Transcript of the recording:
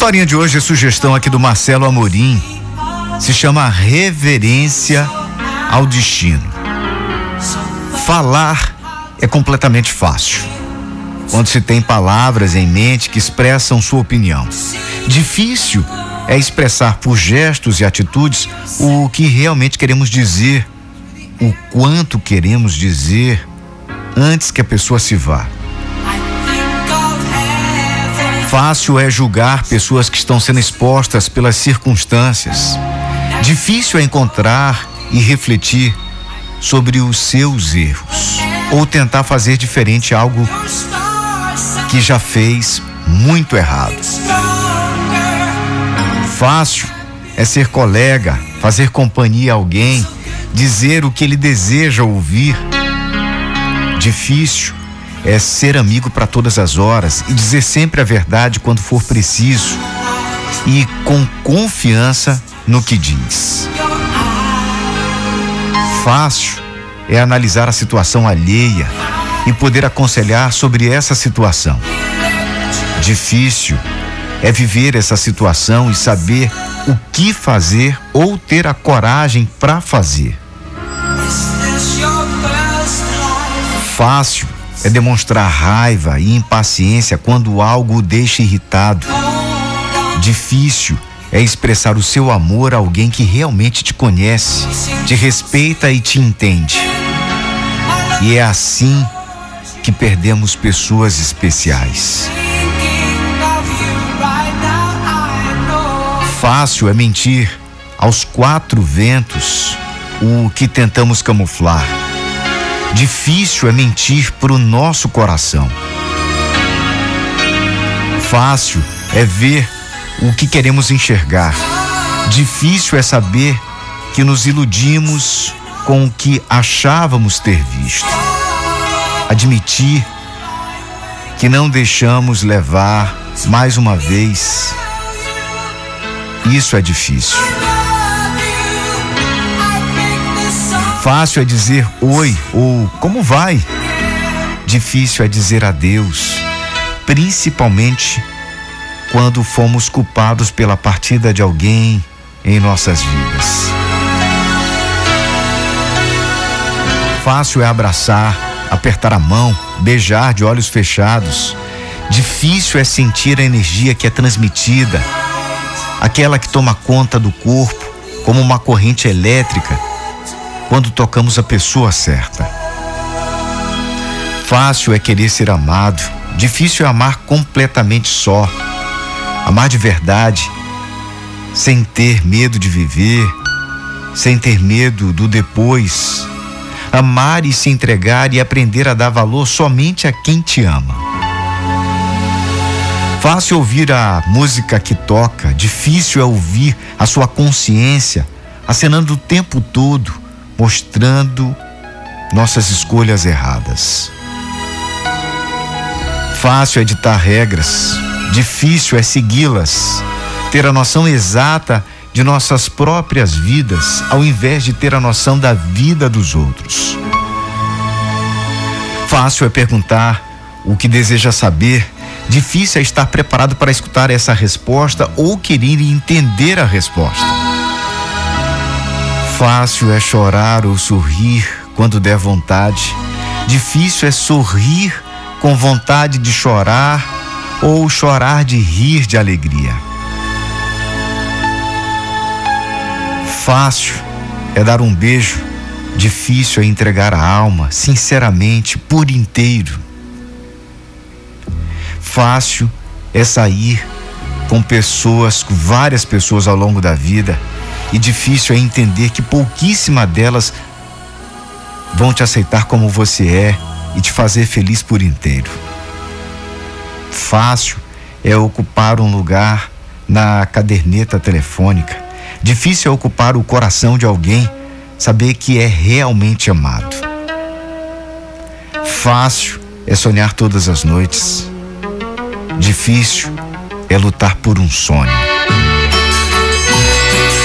historinha de hoje é sugestão aqui do Marcelo Amorim. Se chama Reverência ao Destino. Falar é completamente fácil, quando se tem palavras em mente que expressam sua opinião. Difícil é expressar por gestos e atitudes o que realmente queremos dizer, o quanto queremos dizer antes que a pessoa se vá. Fácil é julgar pessoas que estão sendo expostas pelas circunstâncias. Difícil é encontrar e refletir sobre os seus erros, ou tentar fazer diferente algo que já fez muito errado. Fácil é ser colega, fazer companhia a alguém, dizer o que ele deseja ouvir. Difícil é ser amigo para todas as horas e dizer sempre a verdade quando for preciso e com confiança no que diz. Fácil é analisar a situação alheia e poder aconselhar sobre essa situação. Difícil é viver essa situação e saber o que fazer ou ter a coragem para fazer. Fácil é demonstrar raiva e impaciência quando algo o deixa irritado. Difícil é expressar o seu amor a alguém que realmente te conhece, te respeita e te entende. E é assim que perdemos pessoas especiais. Fácil é mentir aos quatro ventos o que tentamos camuflar. Difícil é mentir para o nosso coração. Fácil é ver o que queremos enxergar. Difícil é saber que nos iludimos com o que achávamos ter visto. Admitir que não deixamos levar mais uma vez. Isso é difícil. Fácil é dizer oi ou como vai. Difícil é dizer adeus, principalmente quando fomos culpados pela partida de alguém em nossas vidas. Fácil é abraçar, apertar a mão, beijar de olhos fechados. Difícil é sentir a energia que é transmitida, aquela que toma conta do corpo como uma corrente elétrica quando tocamos a pessoa certa. Fácil é querer ser amado, difícil é amar completamente só. Amar de verdade, sem ter medo de viver, sem ter medo do depois. Amar e se entregar e aprender a dar valor somente a quem te ama. Fácil ouvir a música que toca, difícil é ouvir a sua consciência acenando o tempo todo, mostrando nossas escolhas erradas. Fácil é ditar regras, difícil é segui-las, ter a noção exata de nossas próprias vidas, ao invés de ter a noção da vida dos outros. Fácil é perguntar o que deseja saber, difícil é estar preparado para escutar essa resposta ou querer entender a resposta. Fácil é chorar ou sorrir quando der vontade. Difícil é sorrir com vontade de chorar ou chorar de rir de alegria. Fácil é dar um beijo. Difícil é entregar a alma, sinceramente, por inteiro. Fácil é sair com várias pessoas ao longo da vida. E difícil é entender que pouquíssimas delas vão te aceitar como você é e te fazer feliz por inteiro. Fácil é ocupar um lugar na caderneta telefônica. Difícil é ocupar o coração de alguém, saber que é realmente amado. Fácil é sonhar todas as noites. Difícil é lutar por um sonho.